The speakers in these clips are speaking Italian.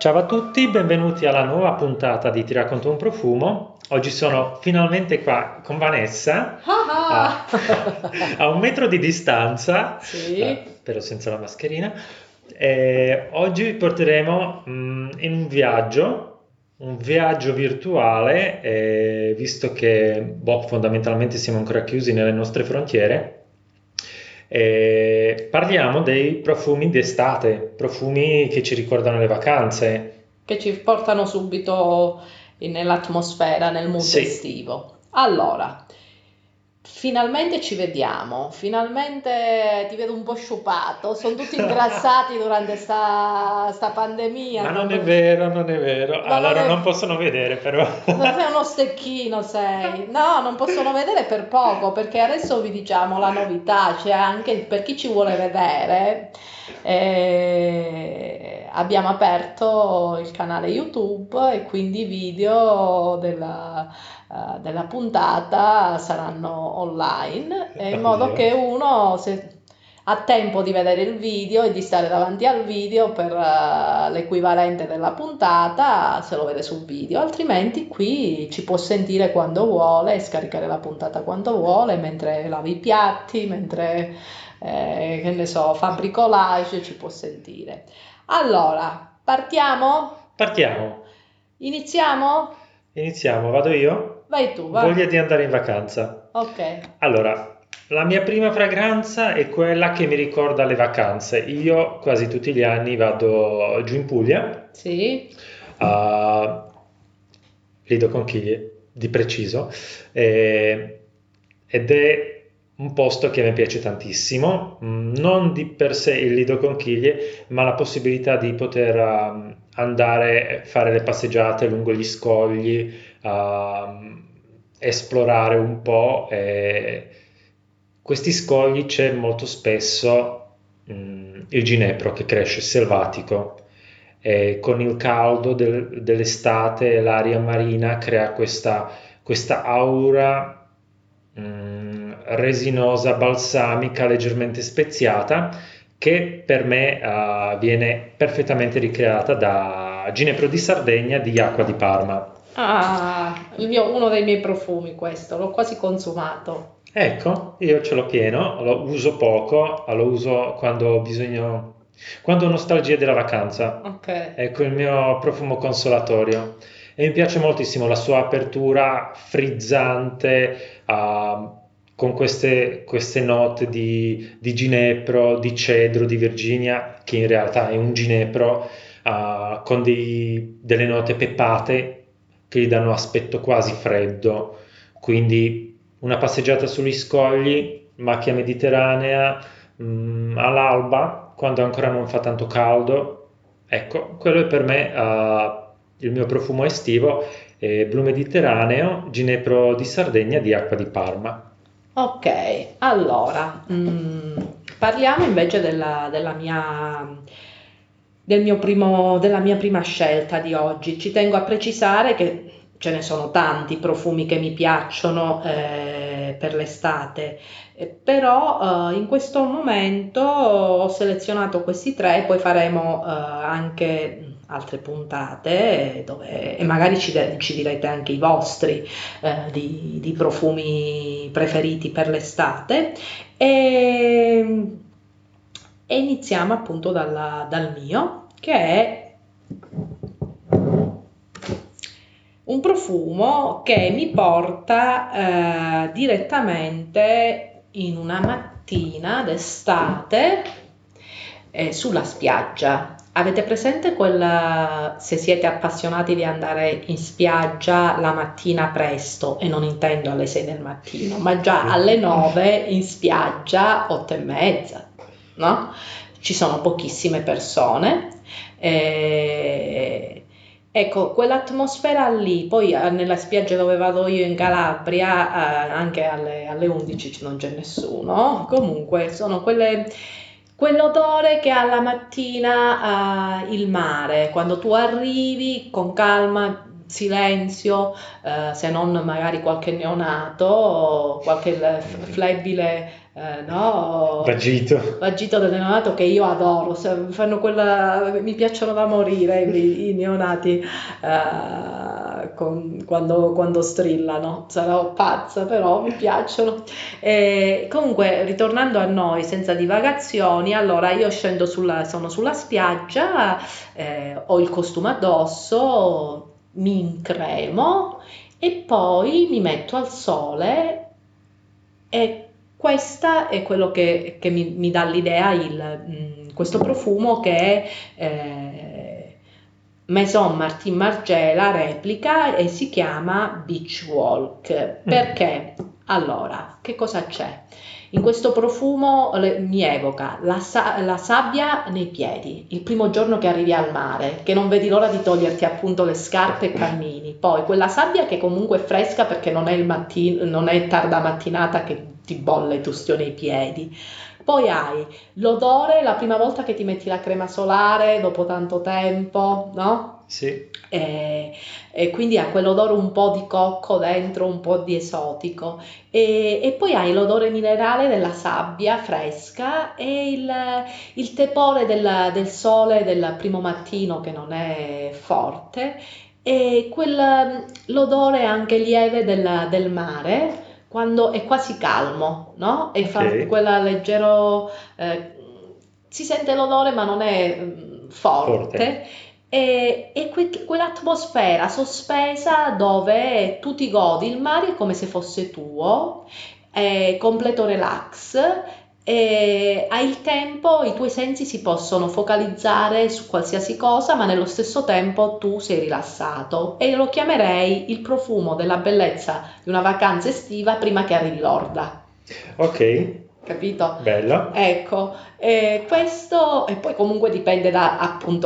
Ciao a tutti, benvenuti alla nuova puntata di Ti racconto un profumo. Oggi sono finalmente qua con Vanessa Ah a, a 1 metro di distanza, sì, però senza la mascherina. Oggi vi porteremo in un viaggio virtuale, visto che fondamentalmente siamo ancora chiusi nelle nostre frontiere. Parliamo dei profumi d'estate, profumi che ci ricordano le vacanze. che ci portano subito nell'atmosfera, nel mood Sì, estivo. Allora, finalmente ci vediamo, finalmente ti vedo un po' sciupato, sono tutti ingrassati durante sta pandemia. ma non è vero, non è vero. Ma non Allora è... non possono vedere, però. Sei uno stecchino, sei. No, non possono vedere per poco, perché adesso vi diciamo la novità, c'è anche per chi ci vuole vedere. Abbiamo aperto il canale YouTube e quindi i video della puntata saranno online, in modo Oddio. che uno ha tempo di vedere il video e di stare davanti al video per l'equivalente della puntata, se lo vede sul video, altrimenti qui ci può sentire quando vuole e scaricare la puntata quando vuole, mentre lava i piatti, mentre che ne so, fa bricolage, ci può sentire. Allora, partiamo? Partiamo, Iniziamo? iniziamo, vado io? Vai tu, va. Voglia di andare in vacanza. Ok. Allora, la mia prima fragranza è quella che mi ricorda le vacanze. Io quasi tutti gli anni vado giù in Puglia, Sì. a Lido Conchiglie, di preciso, ed è un posto che mi piace tantissimo, non di per sé il Lido Conchiglie, ma la possibilità di poter andare a fare le passeggiate lungo gli scogli, esplorare un po'. Questi scogli c'è molto spesso il ginepro che cresce selvatico e con il caldo dell'estate e l'aria marina crea questa aura resinosa, balsamica, leggermente speziata che per me viene perfettamente ricreata da ginepro di Sardegna di Acqua di Parma. Ah, uno dei miei profumi questo, l'ho quasi consumato. Ecco, io ce l'ho pieno, lo uso poco, lo uso quando ho bisogno, quando ho nostalgia della vacanza. Ok. Ecco il mio profumo consolatorio. E mi piace moltissimo la sua apertura frizzante, con queste note di ginepro, di cedro, di Virginia, che in realtà è un ginepro, con delle note pepate che gli danno aspetto quasi freddo. Quindi una passeggiata sugli scogli, macchia mediterranea, all'alba, quando ancora non fa tanto caldo. Ecco, quello è per me il mio profumo estivo, blu mediterraneo, ginepro di Sardegna di Acqua di Parma. Ok, allora, parliamo invece della mia prima scelta di oggi. Ci tengo a precisare che ce ne sono tanti profumi che mi piacciono per l'estate, però in questo momento ho selezionato questi tre, poi faremo anche altre puntate e magari ci direte anche i vostri di profumi preferiti per l'estate e, e iniziamo appunto dal mio che è un profumo che mi porta direttamente in una mattina d'estate sulla spiaggia. Avete presente quella, se siete appassionati di andare in spiaggia la mattina presto, e non intendo alle 6 del mattino, ma già alle 9 in spiaggia, 8 e mezza, no? Ci sono pochissime persone. eh, ecco, quell'atmosfera lì, poi nella spiaggia dove vado io in Calabria, anche alle 11 non c'è nessuno, comunque sono quell'odore che alla mattina il mare, quando tu arrivi con calma, silenzio, se non magari qualche neonato, qualche flebile, no? Vagito del neonato che io adoro, fanno mi piacciono da morire i neonati quando strillano, sarò pazza però mi piacciono. Comunque ritornando a noi senza divagazioni, allora io sono sulla spiaggia, ho il costume addosso, mi incremo e poi mi metto al sole e questa è quello che mi dà l'idea, questo profumo che è Maison Martin Margiela replica e si chiama Beach Walk. Perché? Allora, che cosa c'è? In questo profumo mi evoca la sabbia nei piedi, il primo giorno che arrivi al mare, che non vedi l'ora di toglierti appunto le scarpe e cammini. Poi quella sabbia che comunque è fresca perché non è il mattino, non è tarda mattinata che ti bolle e tu stioni ai piedi. Poi hai l'odore la prima volta che ti metti la crema solare dopo tanto tempo, no? Sì. E quindi ha quell'odore un po' di cocco dentro, un po' di esotico. E poi hai l'odore minerale della sabbia fresca e il tepore del sole del primo mattino che non è forte e l'odore anche lieve del mare quando è quasi calmo, no? E fa quella leggero, si sente l'odore ma non è forte. E quell'atmosfera sospesa dove tu ti godi il mare è come se fosse tuo, è completo relax, e hai il tempo, i tuoi sensi si possono focalizzare su qualsiasi cosa, ma nello stesso tempo tu sei rilassato e lo chiamerei il profumo della bellezza di una vacanza estiva prima che arrivi l'orda. Ok. Capito? Bello. Ecco, questo e poi comunque dipende appunto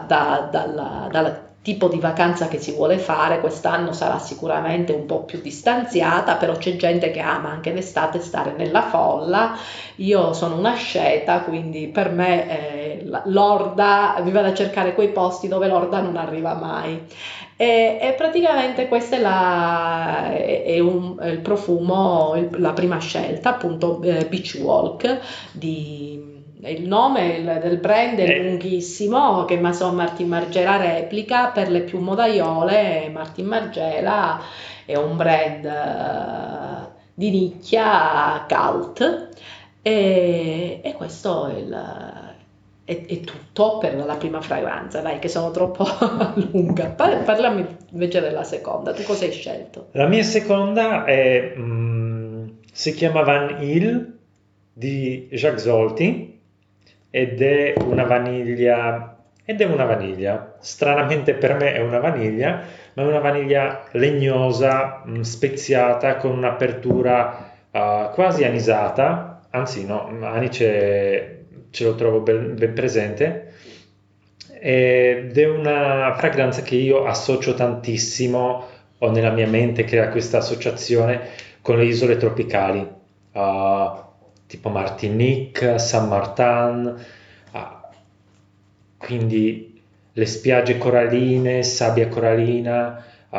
dal tipo di vacanza che si vuole fare. Quest'anno sarà sicuramente un po' più distanziata, però c'è gente che ama anche d'estate stare nella folla. Io sono una sceta, quindi per me l'orda, mi vado a cercare quei posti dove l'orda non arriva mai. E praticamente questo è il profumo, la prima scelta, appunto Beach Walk, il nome del brand è lunghissimo, che Maison Martin Margiela replica, per le più modaiole Martin Margiela è un brand di nicchia cult e questo è tutto per la prima fragranza, dai che sono troppo lunga. Parlami invece della seconda, tu cosa hai scelto? La mia seconda si chiama Van Hill di Jacques Zolty ed è una vaniglia, stranamente per me è una vaniglia, ma è una vaniglia legnosa, speziata, con un'apertura quasi anisata, anzi no, anice ce lo trovo ben presente, ed è una fragranza che io associo tantissimo, ho nella mia mente, crea questa associazione con le isole tropicali, tipo Martinique, Saint Martin, quindi le spiagge coralline, sabbia corallina,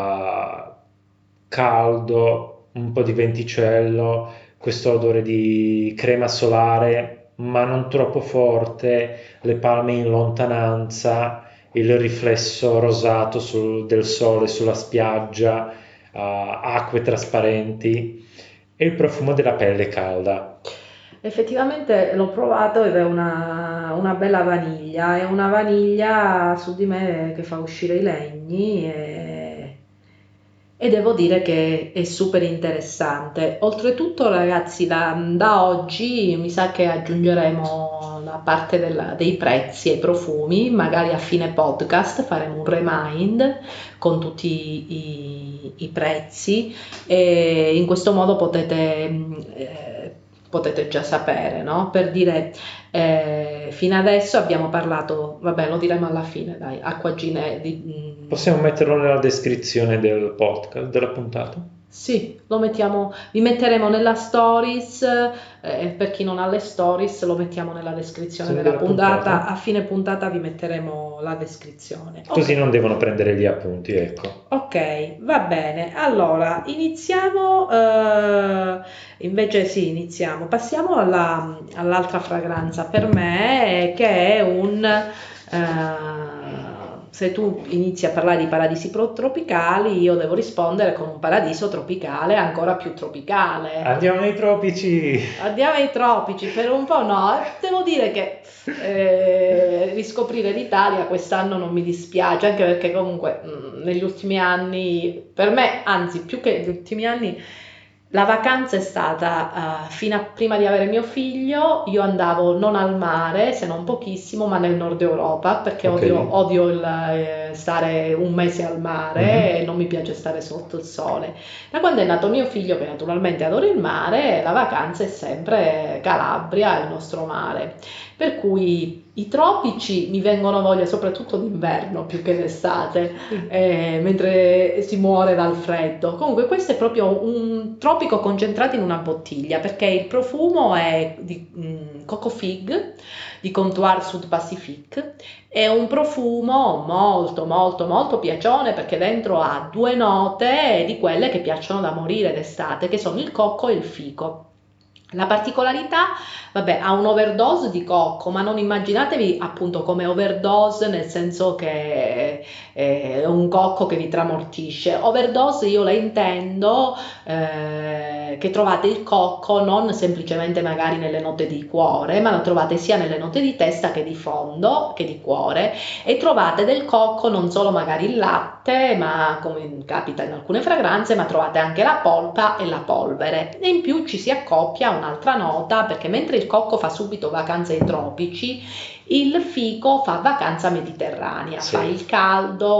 caldo, un po' di venticello, questo odore di crema solare ma non troppo forte, le palme in lontananza, il riflesso rosato del sole sulla spiaggia, acque trasparenti e il profumo della pelle calda. Effettivamente l'ho provato ed è una bella vaniglia, è una vaniglia su di me che fa uscire i legni e devo dire che è super interessante. Oltretutto, ragazzi, da oggi mi sa che aggiungeremo la parte dei prezzi e i profumi, magari a fine podcast faremo un remind con tutti i prezzi e in questo modo potete già sapere, no? Per dire, fino adesso abbiamo parlato, vabbè, lo diremo alla fine, dai, acqua Possiamo metterlo nella descrizione del podcast, della puntata. Sì, vi metteremo nella stories, per chi non ha le stories lo mettiamo nella descrizione Sono della della puntata, puntata, a fine puntata vi metteremo la descrizione. così Ok. non devono prendere gli appunti, ecco. Ok, va bene. Allora, iniziamo, invece sì, iniziamo. Passiamo all'altra fragranza per me, che è se tu inizi a parlare di paradisi tropicali, io devo rispondere con un paradiso tropicale ancora più tropicale. Andiamo nei tropici! Andiamo ai tropici, per un po' no, devo dire che riscoprire l'Italia quest'anno non mi dispiace, anche perché comunque negli ultimi anni, per me, anzi più che negli ultimi anni, la vacanza è stata fino a prima di avere mio figlio, io andavo non al mare, se non pochissimo, ma nel nord Europa, perché Ok. odio stare un mese al mare e Mhm. non mi piace stare sotto il sole. Da quando è nato mio figlio, che naturalmente adora il mare, la vacanza è sempre Calabria, il nostro mare. Per cui i tropici mi vengono voglia soprattutto d'inverno più che d'estate, mentre si muore dal freddo. Comunque questo è proprio un tropico concentrato in una bottiglia, perché il profumo è di Coco Fig, di Comptoir Sud Pacifique. È un profumo molto molto molto piacione, perché dentro ha due note di quelle che piacciono da morire d'estate, che sono il cocco e il fico. La particolarità, vabbè, ha un overdose di cocco, ma non immaginatevi appunto come overdose nel senso che è un cocco che vi tramortisce. Overdose io la intendo che trovate il cocco non semplicemente magari nelle note di cuore, ma lo trovate sia nelle note di testa che di fondo, che di cuore, e trovate del cocco non solo magari il latte, ma come capita in alcune fragranze, ma trovate anche la polpa e la polvere. E in più ci si accoppia a un'altra nota, perché mentre il cocco fa subito vacanze ai tropici, il fico fa vacanza mediterranea, fa Sì, il caldo,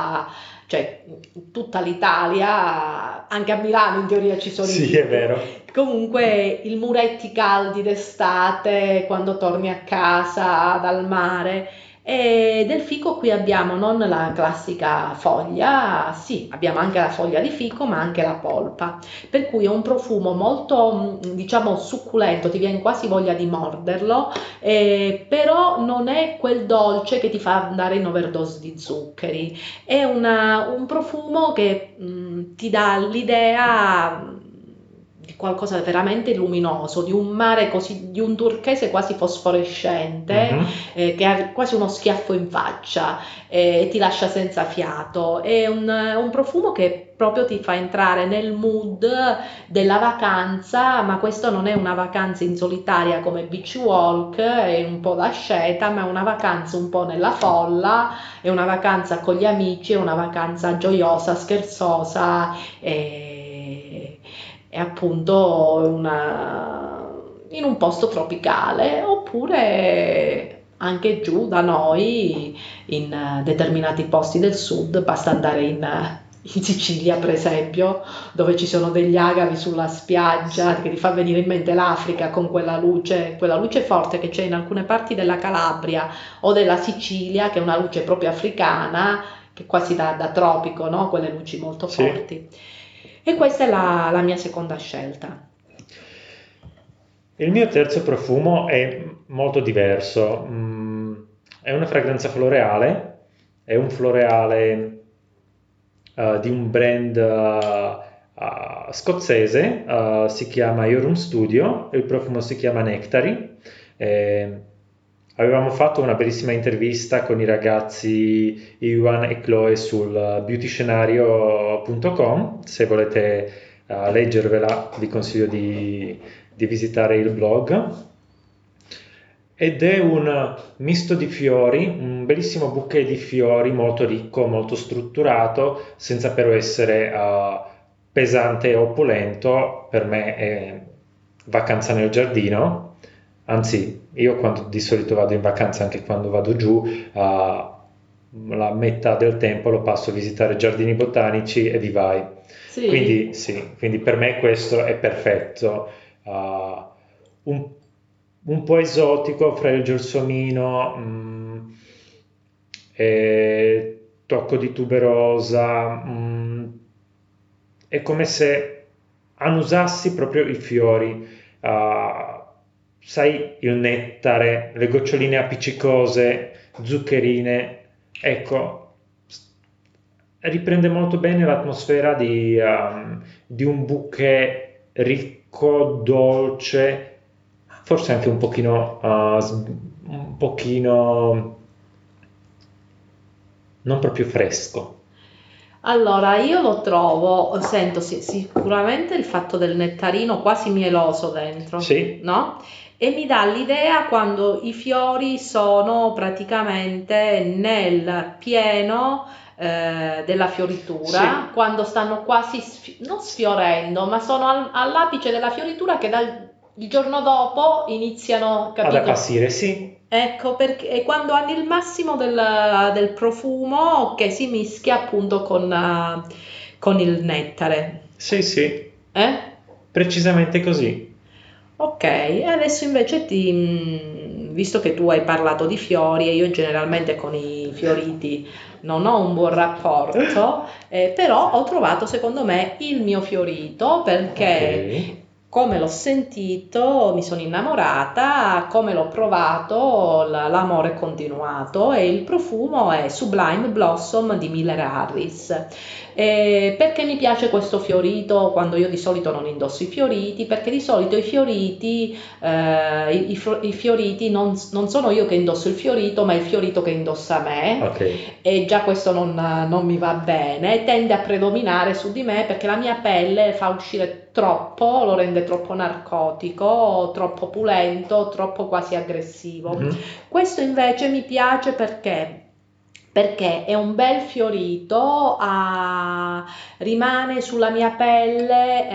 cioè tutta l'Italia, anche a Milano in teoria ci sono i sì, è fichi. vero. Comunque il muretti caldi d'estate quando torni a casa dal mare. E del fico qui abbiamo non la classica foglia, sì, abbiamo anche la foglia di fico, ma anche la polpa, per cui è un profumo molto, diciamo, succulento, ti viene quasi voglia di morderlo, però non è quel dolce che ti fa andare in overdose di zuccheri. È un profumo che ti dà l'idea di qualcosa di veramente luminoso, di un mare così, di un turchese quasi fosforescente, Mhm. che ha quasi uno schiaffo in faccia e ti lascia senza fiato. È un profumo che proprio ti fa entrare nel mood della vacanza, ma questo non è una vacanza in solitaria come beach walk, è un po' da sceta, ma è una vacanza un po' nella folla, è una vacanza con gli amici, è una vacanza gioiosa, scherzosa e appunto in un posto tropicale, oppure anche giù da noi in determinati posti del sud, basta andare in Sicilia per esempio, dove ci sono degli agavi sulla spiaggia che ti fa venire in mente l'Africa con quella luce forte che c'è in alcune parti della Calabria o della Sicilia, che è una luce proprio africana, che è quasi da tropico, no? Quelle luci molto Sì. forti. E questa è la mia seconda scelta. Il mio terzo profumo è molto diverso. È una fragranza floreale, è un floreale di un brand scozzese, si chiama Iorum Studio, il profumo si chiama Nectary. Eh, Avevamo fatto una bellissima intervista con i ragazzi Iwan e Chloe sul beautyscenario.com. Se volete leggervela, vi consiglio di visitare il blog. Ed è un misto di fiori, un bellissimo bouquet di fiori molto ricco, molto strutturato, senza però essere pesante o opulento. Per me è vacanza nel giardino. Anzi, io quando di solito vado in vacanza, anche quando vado giù, la metà del tempo lo passo a visitare giardini botanici e vi vai. Sì, Quindi sì, quindi per me questo è perfetto. Uh, un, un po' esotico fra il gelsomino e tocco di tuberosa, è come se annusassi proprio i fiori, sai, il nettare, le goccioline appiccicose, zuccherine, ecco, riprende molto bene l'atmosfera di un bouquet ricco, dolce, forse anche un pochino non proprio fresco. Allora, io lo trovo, sento sicuramente il fatto del nettarino quasi mieloso dentro, Sì, no? E mi dà l'idea quando i fiori sono praticamente nel pieno della fioritura, sì, quando stanno quasi, non sfiorendo, ma sono all'apice della fioritura che il giorno dopo iniziano, ad capito? appassire, sì, Ecco perché e quando hanno il massimo del profumo che si mischia appunto con il nettare. sì, sì, Eh? precisamente così. Ok, e adesso invece visto che tu hai parlato di fiori e io generalmente con i fioriti non ho un buon rapporto, però ho trovato secondo me il mio fiorito Ok. perché come l'ho sentito mi sono innamorata, come l'ho provato l'amore è continuato e il profumo è Sublime Blossom di Miller Harris. Perché mi piace questo fiorito quando io di solito non indosso i fioriti? Perché di solito i fioriti, i fioriti non sono io che indosso il fiorito, ma il fiorito che indossa me. Ok. E già questo non mi va bene, tende a predominare su di me perché la mia pelle fa uscire troppo, lo rende troppo narcotico, troppo pulento, troppo quasi aggressivo. Mhm. Questo invece mi piace perché è un bel fiorito, rimane sulla mia pelle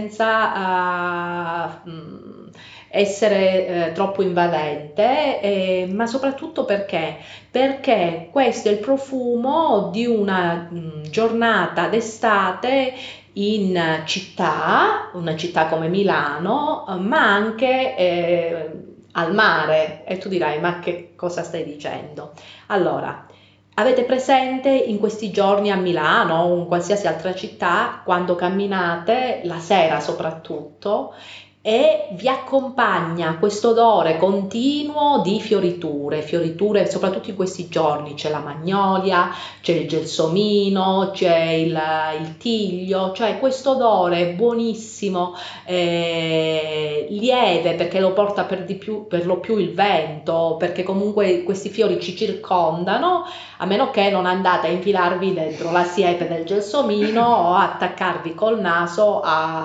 senza essere troppo invadente, ma soprattutto perché questo è il profumo di una giornata d'estate in città, una città come Milano, ma anche al mare. E tu dirai, ma che cosa stai dicendo? Allora, avete presente in questi giorni a Milano o in qualsiasi altra città, quando camminate, la sera soprattutto, e vi accompagna questo odore continuo di fioriture, soprattutto in questi giorni c'è la magnolia, c'è il gelsomino, c'è il tiglio, cioè questo odore buonissimo, lieve perché lo porta per lo più il vento, perché comunque questi fiori ci circondano, a meno che non andate a infilarvi dentro la siepe del gelsomino o attaccarvi col naso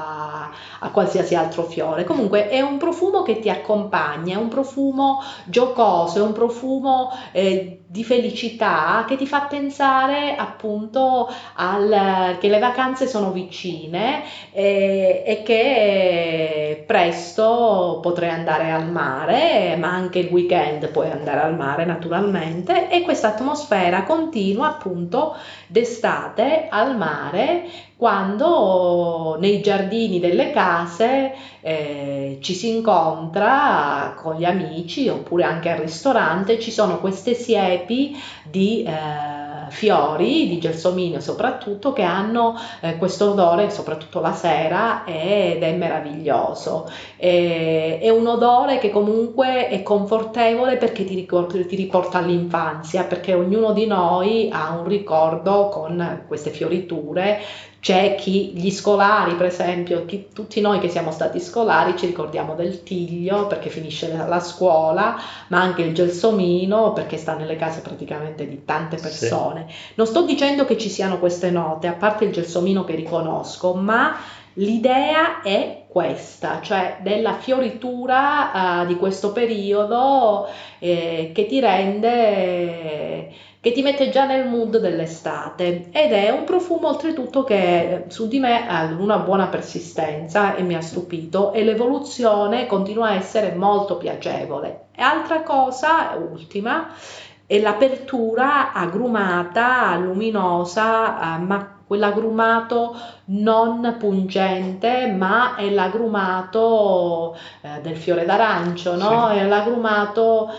a qualsiasi altro fiore. Comunque è un profumo che ti accompagna, è un profumo giocoso, è un profumo di felicità che ti fa pensare appunto che le vacanze sono vicine e che presto potrai andare al mare, ma anche il weekend puoi andare al mare naturalmente e questa atmosfera continua appunto d'estate al mare quando nei giardini delle case ci si incontra con gli amici oppure anche al ristorante, ci sono queste siepi di fiori, di gelsomino soprattutto, che hanno questo odore soprattutto la sera ed è meraviglioso. È un odore che comunque è confortevole perché ti riporta all'infanzia, perché ognuno di noi ha un ricordo con queste fioriture. C'è gli scolari, per esempio, tutti noi che siamo stati scolari ci ricordiamo del tiglio perché finisce la scuola, ma anche il gelsomino perché sta nelle case praticamente di tante Sì. persone. Non sto dicendo che ci siano queste note, a parte il gelsomino che riconosco, ma l'idea è questa, cioè della fioritura di questo periodo che ti rende, che ti mette già nel mood dell'estate ed è un profumo oltretutto che su di me ha una buona persistenza e mi ha stupito e l'evoluzione continua a essere molto piacevole. E altra cosa, ultima, è l'apertura agrumata, luminosa, ma quell'agrumato non pungente, ma è l'agrumato del fiore d'arancio, no? Sì. È l'agrumato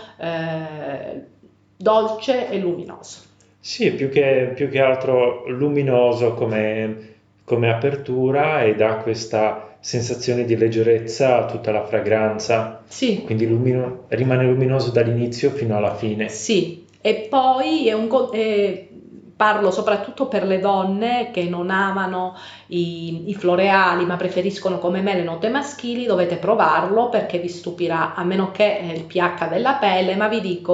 dolce e luminoso. Sì, più che altro luminoso come come apertura e dà questa sensazione di leggerezza a tutta la fragranza, Sì, quindi rimane luminoso dall'inizio fino alla fine. sì, e poi parlo soprattutto per le donne che non amano i floreali, ma preferiscono come me le note maschili, dovete provarlo perché vi stupirà, a meno che il pH della pelle, ma vi dico,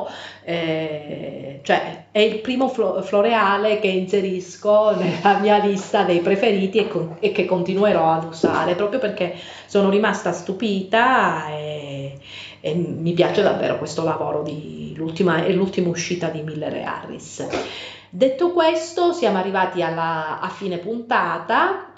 cioè, è il primo floreale che inserisco nella mia lista dei preferiti e che continuerò ad usare, proprio perché sono rimasta stupita e mi piace davvero questo lavoro è l'ultima uscita di Miller e Harris. Detto questo, siamo arrivati a fine puntata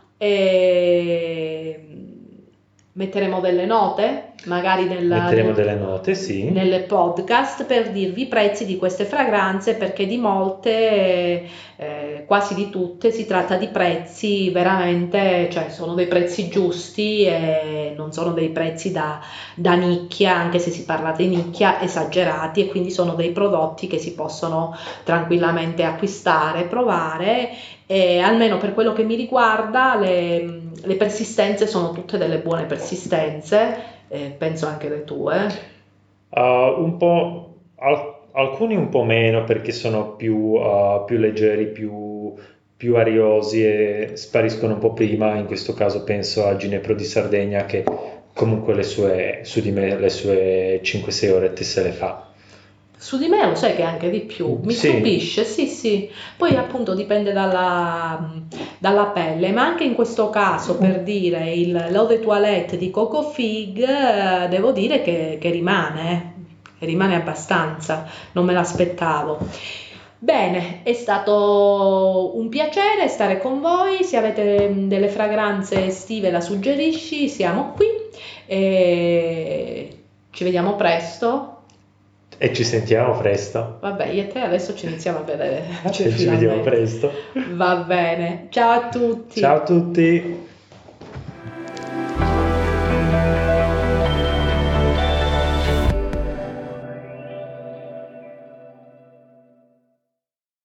e metteremo delle note, magari Metteremo delle note, sì. nelle podcast per dirvi i prezzi di queste fragranze perché di molte, quasi di tutte, si tratta di prezzi veramente, cioè sono dei prezzi giusti e non sono dei prezzi da nicchia, anche se si parla di nicchia, esagerati e quindi sono dei prodotti che si possono tranquillamente acquistare, provare e almeno per quello che mi riguarda le persistenze sono tutte delle buone persistenze, penso anche le tue. Un po', alcuni un po' meno perché sono più leggeri, più ariosi e spariscono un po' prima. In questo caso penso a Ginepro di Sardegna che comunque su di me le sue 5-6 orette se le fa. Su di me lo sai che anche di più, mi Sì, stupisce, sì sì, poi appunto dipende dalla pelle, ma anche in questo caso per dire l'eau de toilette di Coco Fig, devo dire che rimane abbastanza, non me l'aspettavo. Bene, è stato un piacere stare con voi, se avete delle fragranze estive la suggerisci, siamo qui e ci vediamo presto. e ci sentiamo presto. Vabbè, io e te adesso ci iniziamo a vedere, cioè E ci vediamo finalmente. presto. Va bene, ciao a Ciao tutti. a tutti.